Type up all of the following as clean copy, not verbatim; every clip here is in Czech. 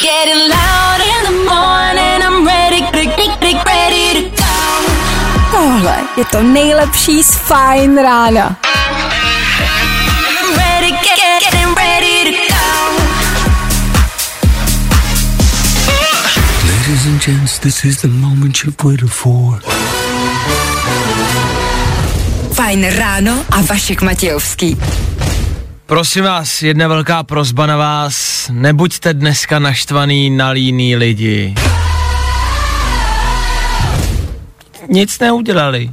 Tohle je to nejlepší z Fajn rána. Ladies and gents, this is the moment you've waited for. Fajn ráno a Vašek Matějovský. Prosím vás, jedna velká prosba na vás, nebuďte dneska naštvaný na líný lidi. Nic neudělali.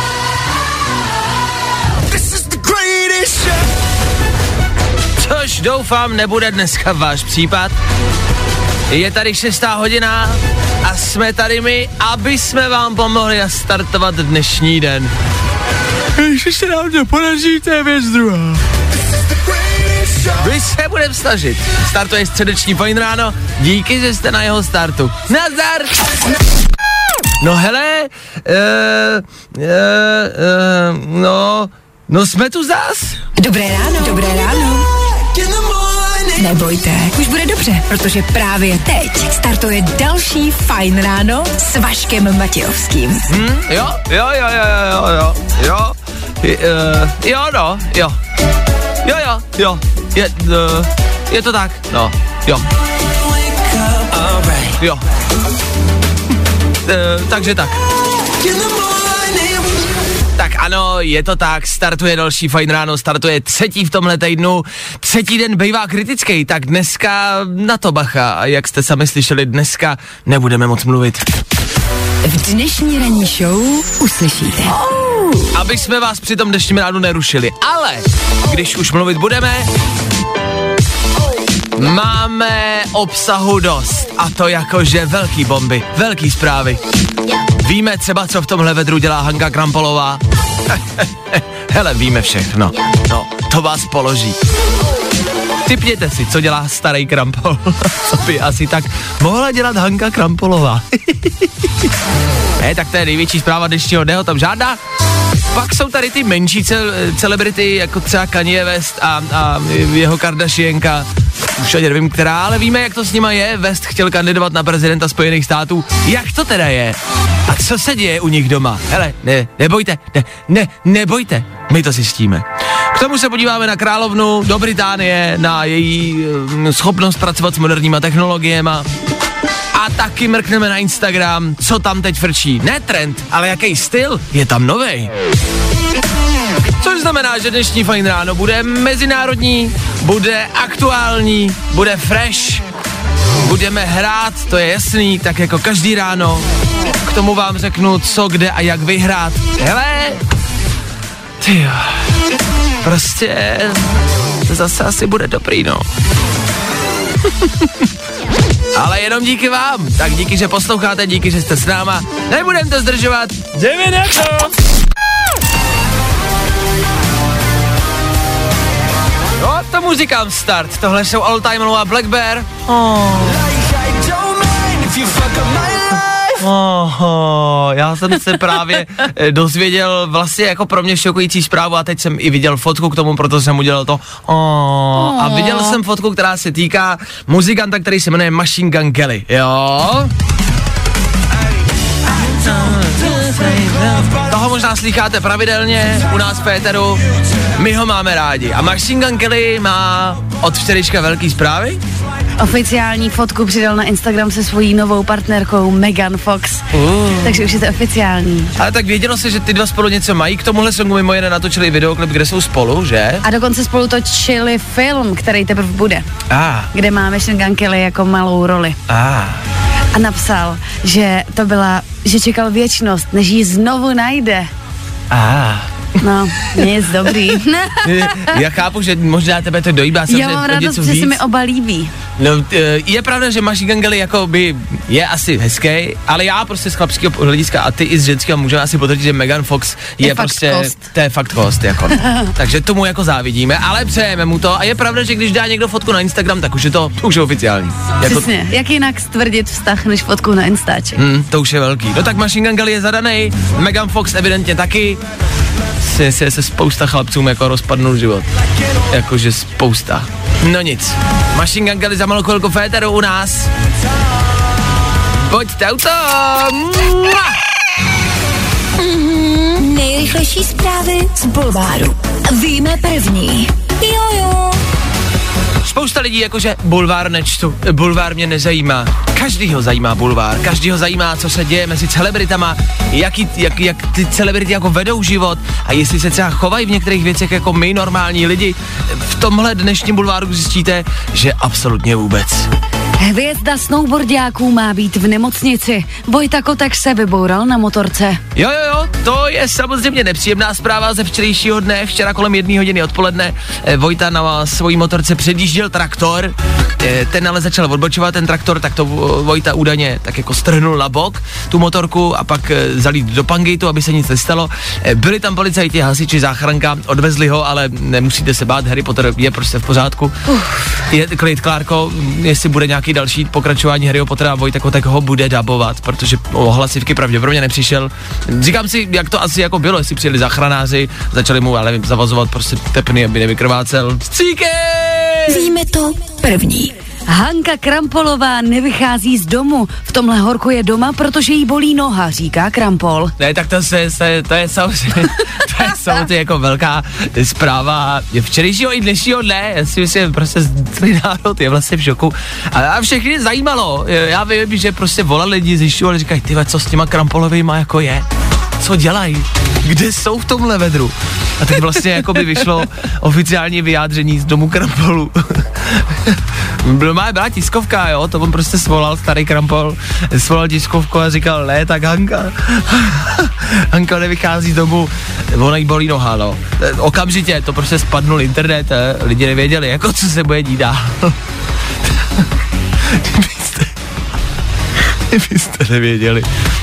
Což doufám nebude dneska váš případ. Je tady 6. hodina a jsme tady my, aby jsme vám pomohli nastartovat dnešní den. Když se nám to podaří, to je věc druhá. My se budeme snažit. Startuje středeční Fajn ráno, díky, že jste na jeho startu. Nazdar! No hele, no jsme tu zás. Dobré ráno. Nebojte, už bude dobře, protože právě teď startuje další Fajn ráno s Vaškem Matějovským. Jo. Je to tak, no, jo. Jo. Takže tak. Tak ano, je to tak, startuje další Fajn ráno, startuje třetí v tomhle týdnu, třetí den bývá kritický, tak dneska na to bacha, a jak jste sami slyšeli, dneska nebudeme moc mluvit. V dnešní ranní show uslyšíte. Aby jsme vás při tom dnešním ránu nerušili, ale když už mluvit budeme, máme obsahu dost, a to jakože velký bomby, velký zprávy. Víme třeba, co v tomhle vedru dělá Hanka Krampolová. Hele, víme všechno. No, to vás položí. Tipněte si, co dělá starý Krampol. Co by asi tak mohla dělat Hanka Krampolová. Tak to je největší zpráva dnešního dne, tam žádná. Pak jsou tady ty menší celebrity, jako třeba Kanye West a jeho Kardashianka. Už ani nevím, která, ale víme, jak to s nima je. West chtěl kandidovat na prezidenta Spojených států. Jak to teda je? A co se děje u nich doma? Hele, nebojte, my to zjistíme. K tomu se podíváme na královnu do Británie, na její schopnost pracovat s moderníma technologiemi. A taky mrkneme na Instagram, co tam teď frčí. Ne trend, ale jaký styl je tam novej. Což znamená, že dnešní Fajn ráno bude mezinárodní, bude aktuální, bude fresh, budeme hrát, to je jasný, tak jako každý ráno. K tomu vám řeknu, co, kde a jak vyhrát. Hele, tyjo, prostě zase asi bude dobrý, no. Ale jenom díky vám, tak díky, že posloucháte, díky, že jste s náma. Nebudem to zdržovat, jdeme na to! No, tomu říkám start, tohle jsou All Time Low a Black Bear. Já jsem se právě dozvěděl vlastně jako pro mě šokující zprávu a teď jsem i viděl fotku k tomu, proto jsem udělal to. A viděl jsem fotku, která se týká muzikanta, který se jmenuje Machine Gun Kelly, jo? Toho možná slycháte pravidelně u nás v éteru, my ho máme rádi. A Machine Gun Kelly má od včerejška velký zprávy? Oficiální fotku přidal na Instagram se svojí novou partnerkou Megan Fox. Takže už je to oficiální. Ale tak vědělo se, že ty dva spolu něco mají, k tomuhle songu mimo jiné natočili videoklip, kde jsou spolu, že? A dokonce spolu točili film, který teprve bude. Kde má Machine Gun Kelly jako malou roli. A napsal, že to byla, že čekal věčnost, než ji znovu najde. No, nic, dobrý. Já chápu, že možná tebe to dojíbá. Já mám radost, že se mi oba líbí. No, je pravda, že Machine Gun Kelly jakoby je asi hezký, ale já prostě z chlapského hlediska a ty i z ženského můžeme asi potvrdit, že Megan Fox je prostě, to je fakt host, jako. Takže tomu jako závidíme, ale přejeme mu to a je pravda, že když dá někdo fotku na Instagram, tak už je to už je oficiální. Přesně, jako, jak jinak stvrdit vztah než fotku na Instaček. To už je velký. No tak Machine Gun Kelly je zadanej, Megan Fox evidentně taky. Se spousta chlapcům jako rozpadnul život. Jakože spousta. No nic, Machine Gun Kelly za malou chvilku féteru u nás. Pojďte auto! Nejrychlejší zprávy z bulváru. Víme první. Jojo. Spousta lidí jakože bulvár nečtu, bulvár mě nezajímá. Každýho zajímá bulvár, každýho zajímá, co se děje mezi celebritama, jak ty celebrity jako vedou život a jestli se třeba chovají v některých věcech jako my normální lidi. V tomhle dnešním bulváru zjistíte, že absolutně vůbec. Hvězda snowboardiáků má být v nemocnici. Vojta Kotek se vyboural na motorce. Jo, to je samozřejmě nepříjemná zpráva ze včerejšího dne. Včera kolem 1 hodiny odpoledne Vojta na svojí motorce předjížděl traktor. Ten ale začal odbočovat, ten traktor, tak to Vojta údajně tak jako strhnul na bok tu motorku a pak zalít do pangejtu, aby se nic nestalo. Byli tam policajti, hasiči, záchranka, odvezli ho, ale nemusíte se bát, Harry Potter je prostě v pořádku. Je klid, Klárko, jestli bude nějaký další pokračování Harryho Pottera a Vojta Kotek ho bude dabovat, protože o hlasivky pravděpodobně nepřišel. Říkám si, jak to asi jako bylo, jestli přijeli záchranáři, začali mu ale zavazovat prostě tepny, aby nevykrvácel. Cíkej! Víme to první. Hanka Krampolová nevychází z domu. V tomhle horku je doma, protože jí bolí noha, říká Krampol. Ne, tak to je samozřejmě jako velká zpráva včerejšího i dnešního dne. Já si myslím, prostě celý národ je vlastně v šoku. A všechny zajímalo. Já vím, že prostě volali lidi, zjišťovali, říkají, tyhle, co s těma Krampolovejma jako je? Co dělají? Kde jsou v tomhle vedru? A teď vlastně jako by vyšlo oficiální vyjádření z domu Krampolu. Byla tiskovka, jo, to on prostě svolal, starý Krampol, svolal tiskovku a říkal, ne, tak Hanka nevychází z domu, ona jí bolí noha, no. Okamžitě to prostě spadnul internet, lidi nevěděli, jako co se bude dít dál. Kdybyste nevěděli.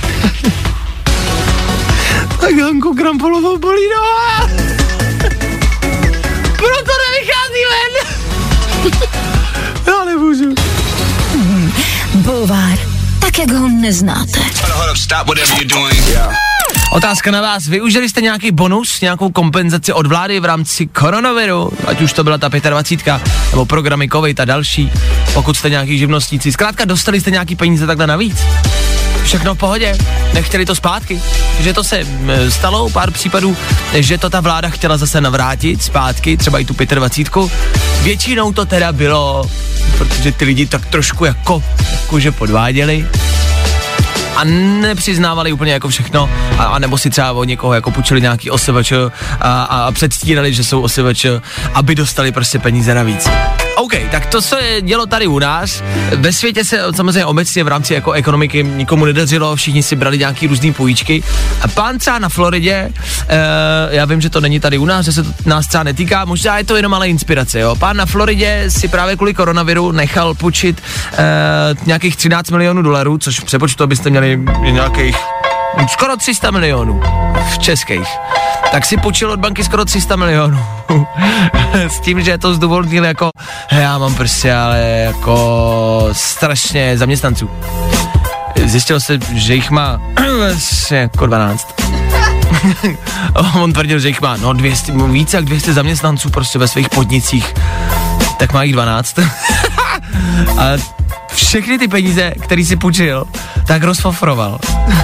Tak Hanku Krampolovou bolí noha. Proto nevychází ven. Já nemůžu. Bulvár, tak jak ho neznáte. Otázka na vás, využili jste nějaký bonus, nějakou kompenzaci od vlády v rámci koronaviru, ať už to byla ta 25, nebo programy COVID a další, pokud jste nějaký živnostníci, zkrátka dostali jste nějaký peníze takhle navíc? Všechno v pohodě, nechtěli to zpátky, že to se stalo, pár případů, že to ta vláda chtěla zase navrátit zpátky, třeba i tu 25. Většinou to teda bylo, protože ty lidi tak trošku jakože podváděli a nepřiznávali úplně jako všechno, a nebo si třeba od někoho jako půjčili nějaký OSVČ a předstírali, že jsou OSVČ, aby dostali prostě peníze navíc. OK, tak to se dělo tady u nás. Ve světě se samozřejmě obecně v rámci jako ekonomiky nikomu nedařilo, všichni si brali nějaký různý půjčky. A pán třeba na Floridě, já vím, že to není tady u nás, že se to nás třeba netýká, možná je to jenom ale inspirace, jo. Pán na Floridě si právě kvůli koronaviru nechal půjčit nějakých $13 milionů, což v přepočtu abyste měli nějakých skoro 300 milionů v českých. Tak si půjčil od banky skoro 300 milionů. S tím, že to zdůvodnil jako, já mám prostě ale jako strašně zaměstnanců. Zjistilo se, že jich má jako 12. On tvrdil, že jich má 200, více jak 200 zaměstnanců prostě ve svých podnicích. Tak má jich 12. A všechny ty peníze, který si půjčil, tak rozfofroval.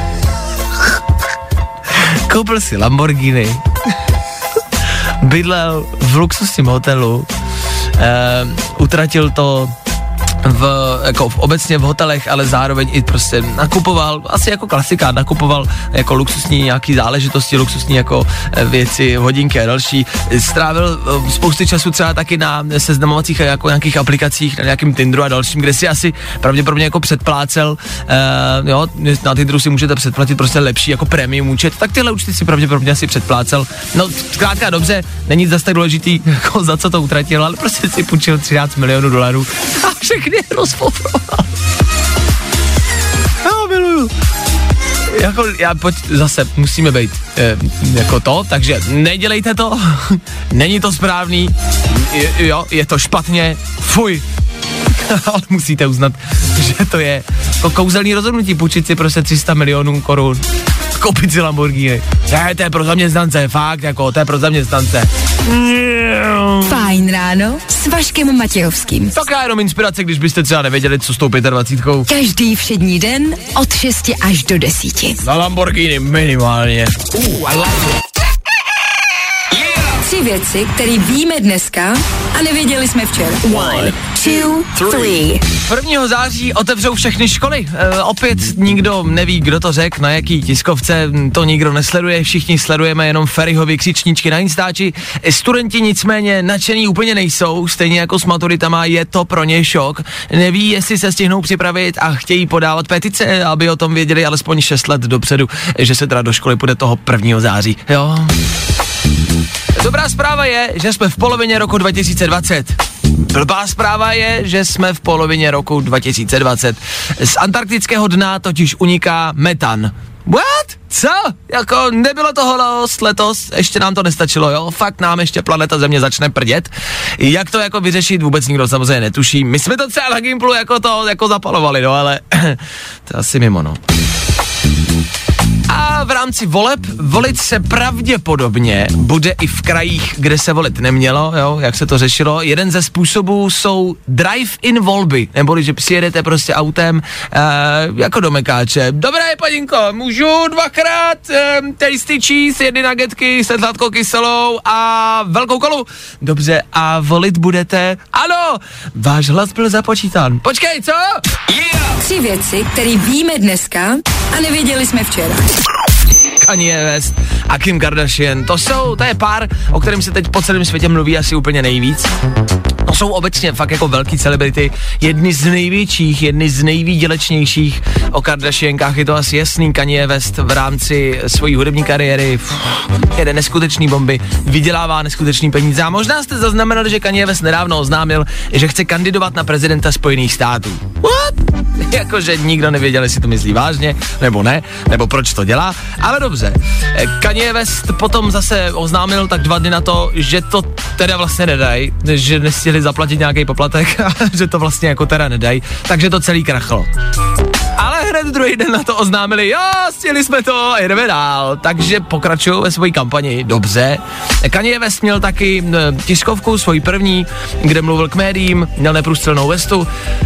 Koupil si Lamborghini, bydlel v luxusním hotelu, utratil to obecně v hotelech, ale zároveň i prostě nakupoval, asi jako klasika, nakupoval jako luxusní nějaký záležitosti, luxusní jako věci, hodinky a další. Strávil spousty času třeba taky na seznamovacích jako nějakých aplikacích, na nějakým Tinderu a dalším, kde si asi pravděpodobně jako předplácel, jo, na Tinderu si můžete předplatit prostě lepší jako premium účet, tak tyhle účty si pravděpodobně asi předplácel. No zkrátka dobře, není zase tak důležitý, jako za co to utratil, ale prostě si půjčil $13 milionů a všechny rozpofroval. Já miluju. Jako, zase musíme být jako to, takže nedělejte to, není to správný, je to špatně, fuj. Ale musíte uznat, že to je jako kouzelný rozhodnutí, půjčit si prostě 300 milionů korun. koupit si Lamborghini. Ne, to je pro zaměstnance, fakt, jako, to je pro zaměstnance. Fajn ráno s Vaškem Matějovským. Taková jenom inspirace, když byste třeba nevěděli, co s tou 25. Každý všední den od 6 až do 10. Na Lamborghini minimálně. I love it. 3 věci, které víme dneska a nevěděli jsme včera. 1, 2, 3. 1. září otevřou všechny školy. Opět nikdo neví, kdo to řekl, na jaký tiskovce, to nikdo nesleduje, všichni sledujeme jenom Ferryho vykřičníčky na Instači. Studenti nicméně nadšení úplně nejsou, stejně jako s maturitama, je to pro ně šok. Neví, jestli se stihnou připravit a chtějí podávat petice, aby o tom věděli alespoň 6 let dopředu, že se teda do školy půjde toho 1. září. Jo. Dobrá zpráva je, že jsme v polovině roku 2020. Blbá zpráva je, že jsme v polovině roku 2020. Z antarktického dna totiž uniká metan. What? Co? Jako nebylo toho letos, ještě nám to nestačilo, jo? Fakt nám ještě planeta Země začne prdět. Jak to jako vyřešit, vůbec nikdo samozřejmě netuší. My jsme to třeba na Gimplu jako zapalovali, no ale to asi mimo, no. A v rámci voleb volit se pravděpodobně bude i v krajích, kde se volit nemělo, jo, jak se to řešilo. Jeden ze způsobů jsou drive-in volby, neboli že přijedete prostě autem jako do Mekáče. Dobré, paninko, můžu 2krát tasty cheese, 1 nuggetky se sladkou kyselou a velkou kolu. Dobře, a volit budete? Ano, váš hlas byl započítán. Počkej, co? Yeah! 3 věci, které víme dneska a nevěděli jsme včera. Kanye West a Kim Kardashian, to je pár, o kterém se teď po celém světě mluví asi úplně nejvíc. To jsou obecně fakt jako velký celebrity, jedny z největších, jedny z nejvýdělečnějších. O Kardashiankách je to asi jasný. Kanye West v rámci svojí hudební kariéry jede neskutečný bomby, vydělává neskutečný peníze. A možná jste zaznamenali, že Kanye West nedávno oznámil, že chce kandidovat na prezidenta Spojených států. What? Jakože nikdo nevěděl, jestli to myslí vážně, nebo ne, nebo proč to dělá, ale dobře. Kanye West potom zase oznámil tak 2 dny na to, že to teda vlastně nedají, že nestihli zaplatit nějaký poplatek a že to vlastně jako teda nedají, takže to celý krachlo. Ale hned druhý den na to oznámili, jo, stihli jsme to a jdeme dál, takže pokračují ve své kampani, dobře. Kanye West měl taky tiskovku, svoji první, kde mluvil k médiím, měl neprůstřelnou vestu,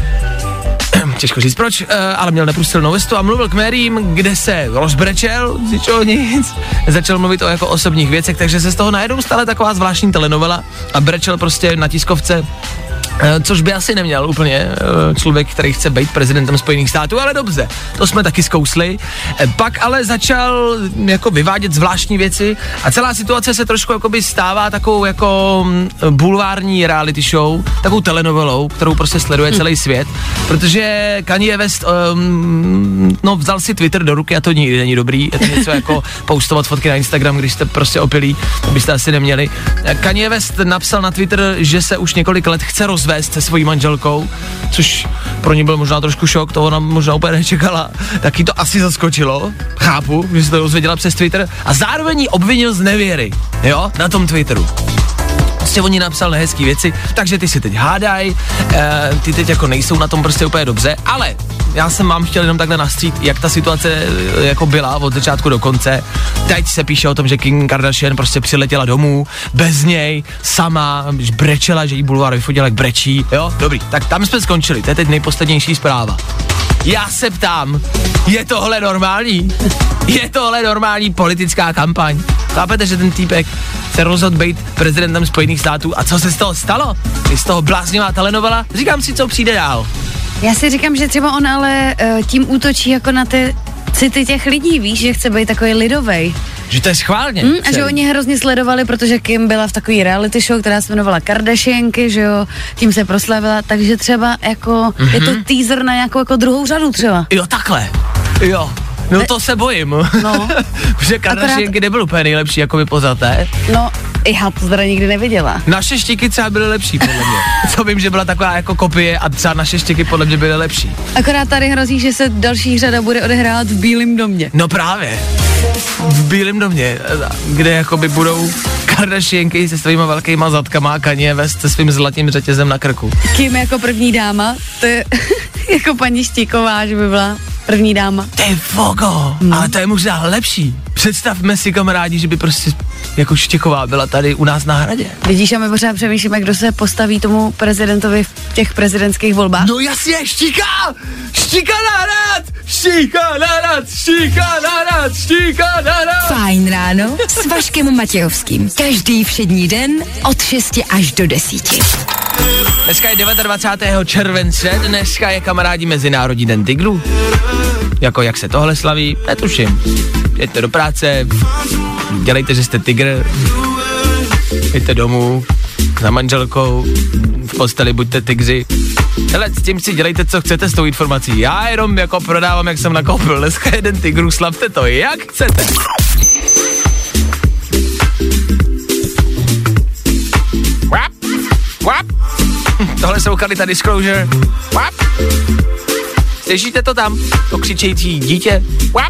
těžko říct proč, ale měl neprůstřelnou vestu a mluvil k médiím, kde se rozbrečel, z ničeho nic, začal mluvit o jako osobních věcech, takže se z toho najednou stala taková zvláštní telenovela a brečel prostě na tiskovce, což by asi neměl úplně člověk, který chce být prezidentem Spojených států, ale dobře, to jsme taky zkousli. Pak ale začal jako vyvádět zvláštní věci a celá situace se trošku jakoby stává takovou jako bulvární reality show, takovou telenovelou, kterou prostě sleduje celý svět, protože Kanye West vzal si Twitter do ruky a to nikdy není dobrý, je to něco jako postovat fotky na Instagram, když jste prostě opilí, to byste asi neměli. Kanye West napsal na Twitter, že se už několik let chce rozvést se svojí manželkou, což pro ní byl možná trošku šok, to ona možná úplně nečekala, taky to asi zaskočilo, chápu, že se to dozvěděla přes Twitter a zároveň ji obvinil z nevěry, jo, na tom Twitteru. Prostě oni napsal nehezký věci, takže ty si teď hádaj, ty teď jako nejsou na tom prostě úplně dobře, ale já jsem vám chtěl jenom takhle nastřít, jak ta situace jako byla od začátku do konce. Teď se píše o tom, že Kim Kardashian prostě přiletěla domů, bez něj, sama, brečela, že jí bulvár vyfotil, jak brečí, jo, dobrý, tak tam jsme skončili, to je teď nejposlednější zpráva. Já se ptám, je tohle normální? Je tohle normální politická kampaň? Chápete, že ten týpek se rozhodl být prezidentem Spojených států a co se z toho stalo? Je z toho bláznivá telenovela? Říkám si, co přijde dál. Já si říkám, že třeba on ale tím útočí jako na ty city těch lidí, víš, že chce být takový lidovej. Že to je schválně. A že oni hrozně sledovali, protože Kim byla v takový reality show, která se jmenovala Kardashianky, že jo, tím se proslavila, takže třeba jako je to teaser na nějakou jako druhou řadu třeba. Jo, takhle. Jo. No to se bojím. No. Protože Kardashianky nebyl úplně nejlepší, jako by pozaté. No, já to teda nikdy neviděla. Naše štiky třeba byly lepší, podle mě. Co vím, že byla taková jako kopie a třeba naše štiky podle mě byly lepší. Akorát tady hrozí, že se další řada bude odehrávat v Bílém domě. No právě. V Bílém domě, kde jakoby budou Kardashianky se svýma velkýma zadkama a Kanye West se svým zlatým řetězem na krku. Kim jako první dáma, to je jako paní Štíková, že by byla první dáma. Ty fogo, ale to je možná lepší. Představme si, kamarádi, že by prostě jako Štěchová byla tady u nás na hradě. Vidíš, a my pořád přemýšlíme, kdo se postaví tomu prezidentovi v těch prezidentských volbách. No jasně, Štíka! Štíka na hrad! Štíka na hrad! Štíka na hrad! Štíka na hrad! Fajn ráno s Vaškem Matějovským. Každý všední den od 6 až do 10. Dneska je 29. července, dneska je, kamarádi, Mezinárodní den tygrů. Jako jak se tohle slaví, netuším. Jděte do práce, dělejte, že jste tygr, jděte domů za manželkou, v posteli buďte tygři. Hele, s tím si dělejte, co chcete s tou informací. Já jenom jako prodávám, jak jsem nakoupil. Dneska je den tygrů, slavte to, jak chcete. Wap, wap. Tohle jsou Kalita Disclosure. Wap. Slyšíte to tam? To křičející dítě. Wap.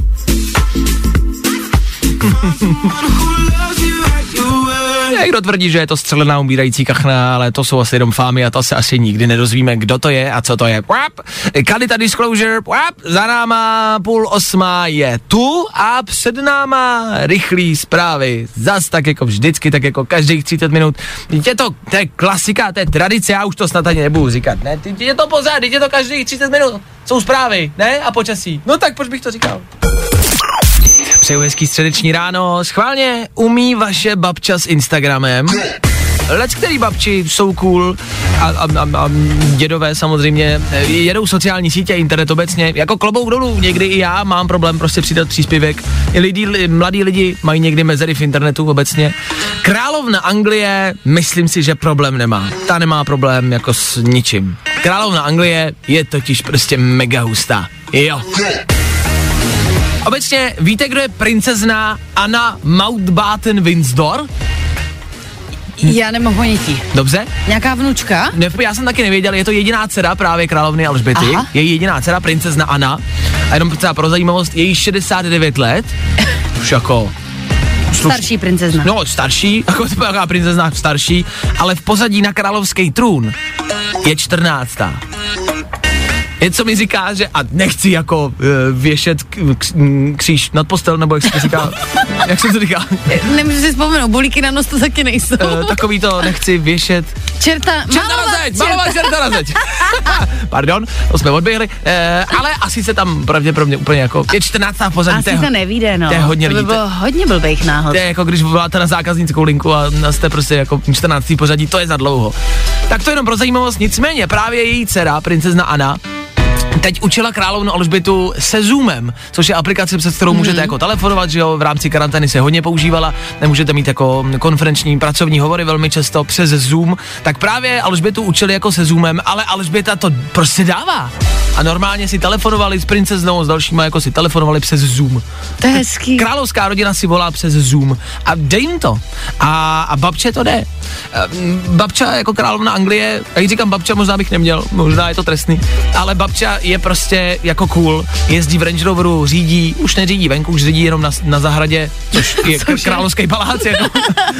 Někdo tvrdí, že je to střelená umírající kachna, ale to jsou asi jenom fámy a to se asi nikdy nedozvíme, kdo to je a co to je. Kalita Disclosure, za náma 7:30 je tu a před náma rychlý zprávy. Zas tak jako vždycky, tak jako každých 30 minut. To je klasika, to je tradice, já už to snad ani nebudu říkat, ne? Je to pořád, je to každých 30 minut. Jsou zprávy, ne? A počasí. No tak proč bych to říkal? Přeju hezký středeční ráno. Schválně umí vaše babča s Instagramem? Který babči jsou cool a dědové samozřejmě jedou sociální sítě, internet obecně, jako klobouk dolů, někdy i já mám problém prostě přidat příspěvek. Mladí lidi mají někdy mezery v internetu obecně. Královna Anglie, myslím si, že problém nemá. Ta nemá problém jako s ničím. Královna Anglie je totiž prostě mega hustá. Jo. Obecně víte, kdo je princezna Anna Mountbatten-Windsor? Já nemám ponětí. Dobře? Nějaká vnučka? Ne, já jsem taky nevěděl, je to jediná dcera právě královny Alžběty. Její jediná dcera, princezna Anna. A jenom třeba pro zajímavost, její 69 let. Už jako... Starší princezna. No, starší, jako taková princezna starší, ale v pozadí na královský trůn je 14. Něco mi říká, že a nechci jako věšet kříž nad postel, nebo jak se to říká, jak se to říká? Nemůžu si vzpomenout, bulíky na nos to taky nejsou. Takový to nechci věšet. Čerta na zeď, malovat čerta na zeď. Pardon, to jsme odběhli, ale asi se tam pravděpodobně úplně jako, je 14. v pozadí. Asi to nevíde, no. To je hodně lidí. To by bylo hodně blbých náhod. To je jako když voláte na zákaznickou linku a jste prostě jako 14. v pořadí, to je za dlouho. Tak to jenom pro zajímavost, nicméně právě její dcera, princezna Anna, teď učila královnu Alžbětu se Zoomem, což je aplikace, přes kterou můžete jako telefonovat, že jo, v rámci karantény se hodně používala, nemůžete mít jako konferenční pracovní hovory velmi často přes Zoom, tak právě Alžbětu učili jako se Zoomem, ale Alžběta to prostě dává. A normálně si telefonovali s princeznou, s dalšíma jako si telefonovali přes Zoom. To je hezký. Královská rodina si volá přes Zoom a dej jim to. A babče to jde. Babča jako královna Anglie, jak říkám babča, možná bych neměl, možná je to trestný, ale babča je prostě jako cool, jezdí v Range Roveru, řídí, už neřídí venku, už řídí jenom na zahradě, což je královský palác, jako.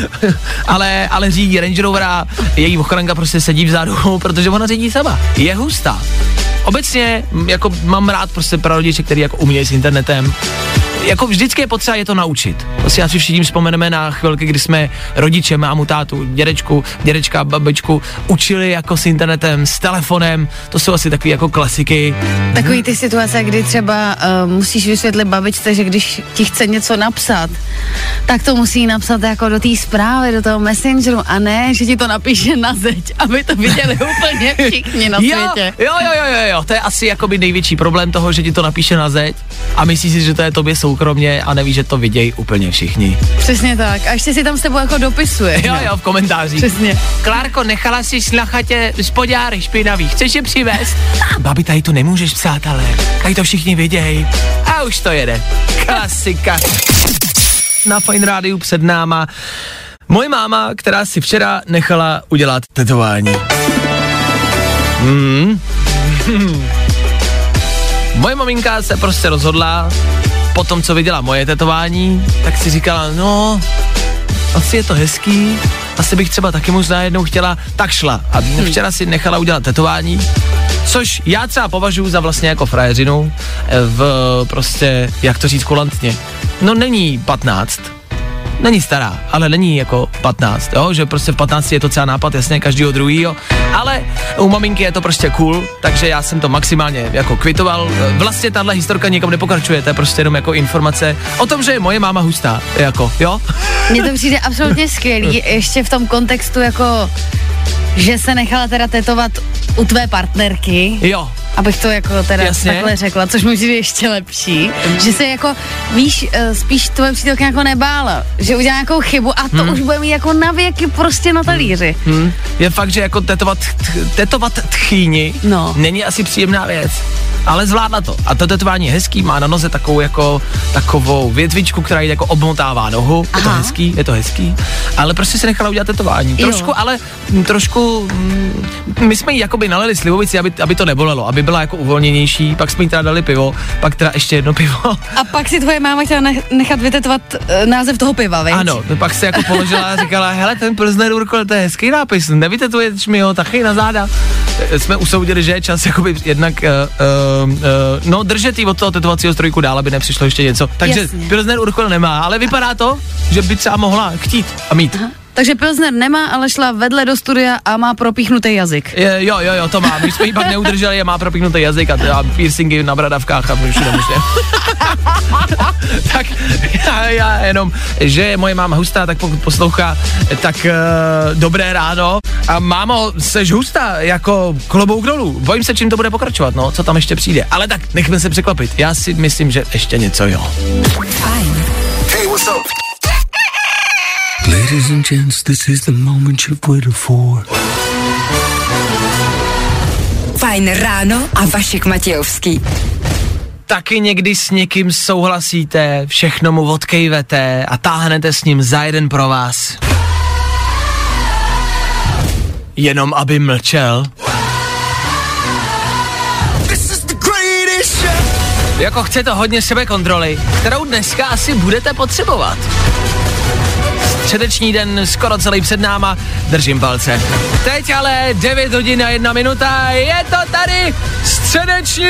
ale řídí Range Rovera, její ochranka prostě sedí vzadu, protože ona řídí sama. Je hustá. Obecně jako mám rád prostě prarodiče, který jako umějí s internetem. Jako vždycky je potřeba je to naučit. Prostě já si všichni vzpomeneme na chvilky, kdy jsme rodiče, mámu, tátu, dědečka, babičku učili jako s internetem, s telefonem. To jsou asi takové jako klasiky. Takový ty situace, kdy třeba musíš vysvětlit babičce, že když ti chce něco napsat, tak to musí napsat jako do té zprávy, do toho messengeru a ne, že ti to napíše na zeď, aby to viděli úplně všichni na světě. Jo, to je asi jakoby největší problém toho, že ti to napíše na zeď a myslíš si, že to je tobě soukromě a nevíš, že to vidějí úplně všichni. Přesně tak. A ještě si tam s tebou jako dopisuje. Jo, v komentářích. Přesně. Klárko, nechala jsi na chatě spodňáry špinavý. Chceš je přivést? Babi, tady to nemůžeš psát, ale tady to všichni vidějí. A už to jede. Klasika. Na Fajn rádiu před náma moje máma, která si včera nechala udělat tetování. Moje maminka se prostě rozhodla, po tom, co viděla moje tetování, tak si říkala, no, asi je to hezký, asi bych třeba taky možná jednou chtěla, tak šla. A včera si nechala udělat tetování, což já třeba považuji za vlastně jako frajeřinu, prostě, jak to říct kulantně, no není 15, není stará, ale není jako 15, jo, že prostě v 15 je to třeba nápad, jasně, každýho druhýho, ale u maminky je to prostě cool, takže já jsem to maximálně jako kvitoval. Vlastně tahle historka nikam nepokračuje, to je prostě jenom jako informace o tom, že je moje máma hustá, jako, jo. Mně to přijde absolutně skvělý, ještě v tom kontextu jako, že se nechala teda tetovat u tvé partnerky. Jo. Abych to jako teda takhle řekla, což mi přijde ještě lepší, že se jako, víš, spíš tvoje přítelka jako nebála, že udělá nějakou chybu a to už bude mít jako na věky prostě na talíři. Je fakt, že jako tetovat tchýni není asi příjemná věc, ale zvládla to. A to tetování je hezký, má na noze takovou větvičku, která jí jako obmotává nohu, je to hezký, ale prostě se nechala udělat tetování. Trošku, my jsme jí jakoby nalili slivovici, aby to nebolelo, aby byla jako uvolněnější, pak jsme jí teda dali pivo, pak teda ještě jedno pivo. A pak si tvoje máma chtěla nechat vytetovat název toho piva, veď? Ano, pak se jako položila a říkala, hele, ten Pilsner Urquell, to je hezký nápis, nevytetuješ mi ho taky na záda. Jsme usoudili, že je čas jakoby jednak držet jí od toho tetovacího strojku dál, aby nepřišlo ještě něco. Takže Pilsner Urquell nemá, ale vypadá to, že by třeba mohla chtít a mít. Aha. Takže Pilsner nemá, ale šla vedle do studia a má propíchnutý jazyk. Jo, to má. My jsme jí pak neudrželi a má propíchnutý jazyk a piercingy na bradavkách a všude možně. Tak já jenom, že je moje máma hustá, tak pokud poslouchá, tak dobré ráno. A mámo, seš hustá, jako klobouk dolů. Bojím se, čím to bude pokračovat, no, co tam ještě přijde. Ale tak, nechme se překvapit. Já si myslím, že ještě něco, jo. Fajn. Hey, what's up? Ladies and gents, this is the moment you've waited for. Fajn ráno a Vašek Matějovský. Taky někdy s někým souhlasíte, všechno mu odkejvete a táhnete s ním za jeden pro vás. Jenom aby mlčel. Jako chcete hodně sebekontroly, kterou dneska asi budete potřebovat. Středeční den skoro celý před náma, držím palce. Teď ale 9 hodin a 1 minuta, je to tady středeční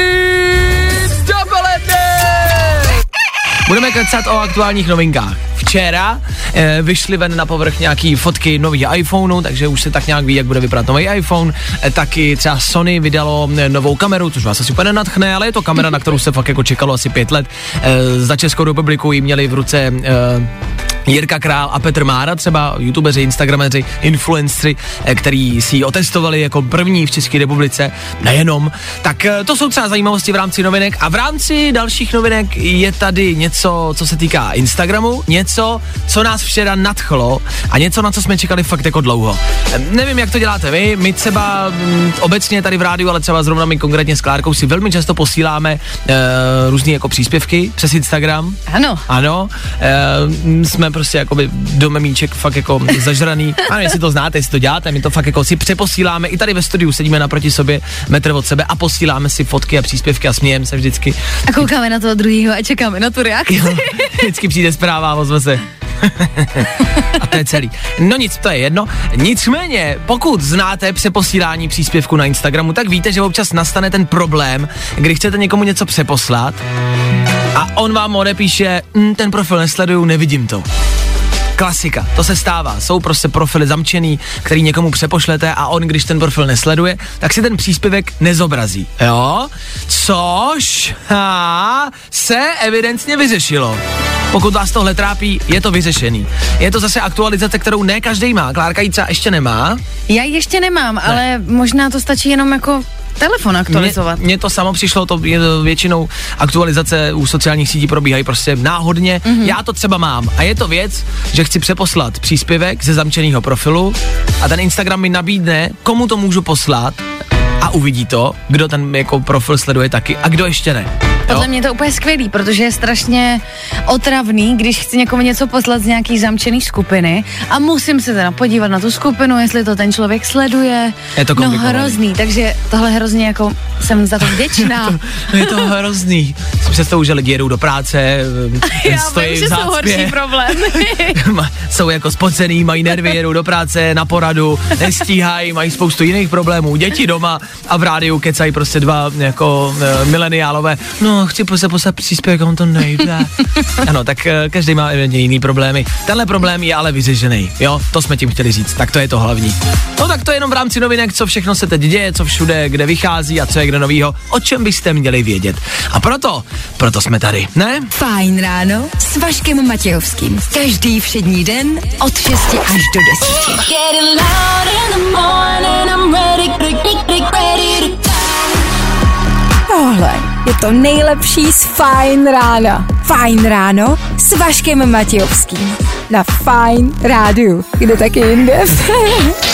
dopoledne! Budeme kecat o aktuálních novinkách. Včera vyšly ven na povrch nějaký fotky nových iPhoneů, takže už se tak nějak ví, jak bude vypadat nový iPhone. Taky třeba Sony vydalo novou kameru, což vás asi úplně nenadchne, ale je to kamera, na kterou se fakt jako čekalo asi 5 let. Za Českou republiku ji měli v ruce Jirka Král a Petr Mára, třeba youtubeři, instagrameři, influenceri, který si ji otestovali jako první v České republice, nejenom. Tak to jsou třeba zajímavosti v rámci novinek a v rámci dalších novinek je tady něco, co se týká Instagramu, něco, co nás včera nadchlo a něco, na co jsme čekali fakt jako dlouho. Nevím, jak to děláte vy, my třeba obecně tady v rádiu, ale třeba zrovna my konkrétně s Klárkou si velmi často posíláme různý jako příspěvky přes Instagram. Ano. Jsme prostě jakoby do memíček fakt jako zažraný. Ano, jestli to znáte, jestli to děláte, my to fakt jako si přeposíláme. I tady ve studiu sedíme naproti sobě, metr od sebe a posíláme si fotky a příspěvky a smějeme se vždycky. A koukáme na toho druhýho a čekáme na tu reakci. Jo, vždycky přijde zpráva a ozve se. A to je celý. No nic, to je jedno. Nicméně, pokud znáte přeposílání příspěvku na Instagramu, tak víte, že občas nastane ten problém, kdy chcete někomu něco přeposlat a on vám odepíše, ten profil nesleduju, nevidím to. Klasika, to se stává, jsou prostě profily zamčený, který někomu přepošlete a on, když ten profil nesleduje, tak si ten příspěvek nezobrazí, jo? Což se evidentně vyřešilo. Pokud vás tohle trápí, je to vyřešený. Je to zase aktualizace, kterou ne každý má. Klárka ji třeba ještě nemá. Já ji ještě nemám, ale možná to stačí jenom jako telefon aktualizovat. Mně to samo přišlo, to je většinou aktualizace u sociálních sítí probíhají prostě náhodně. Já to třeba mám a je to věc, že chci přeposlat příspěvek ze zamčeného profilu a ten Instagram mi nabídne, komu to můžu poslat a uvidí to, kdo ten jako profil sleduje taky a kdo ještě ne. Podle mě je to úplně skvělý, protože je strašně otravný, když chci někomu něco poslat z nějaký zamčený skupiny a musím se teda podívat na tu skupinu, jestli to ten člověk sleduje. Je to komplikovaný. No hrozný, takže tohle hrozně jako jsem za to vděčná. Je to hrozný. představu, že lidi jedou do práce, stojí v zácpě. Jsou horší problémy. Jsou jako spocený, mají nervy, jedou do práce, na poradu, nestíhají, mají spoustu jiných problémů, děti doma a v rádiu kecají prostě dva jako mileniálové. No, chci se poslat příspěvek, on to nejde. Ano, tak každý má jiný problémy. Tenhle problém je ale vyřešený, jo, to jsme tím chtěli říct, tak to je to hlavní. No tak to je jenom v rámci novinek, co všechno se teď děje, co všude, kde vychází a co je kde novýho, o čem byste měli vědět. A proto jsme tady, ne? Fajn ráno s Vaškem Matějovským. Každý všední den od 6 až do 10. Tohle je to nejlepší z Fajn rána. Fajn ráno s Vaškem Matějovským. Na Fajn rádiu. Kde taky jinde?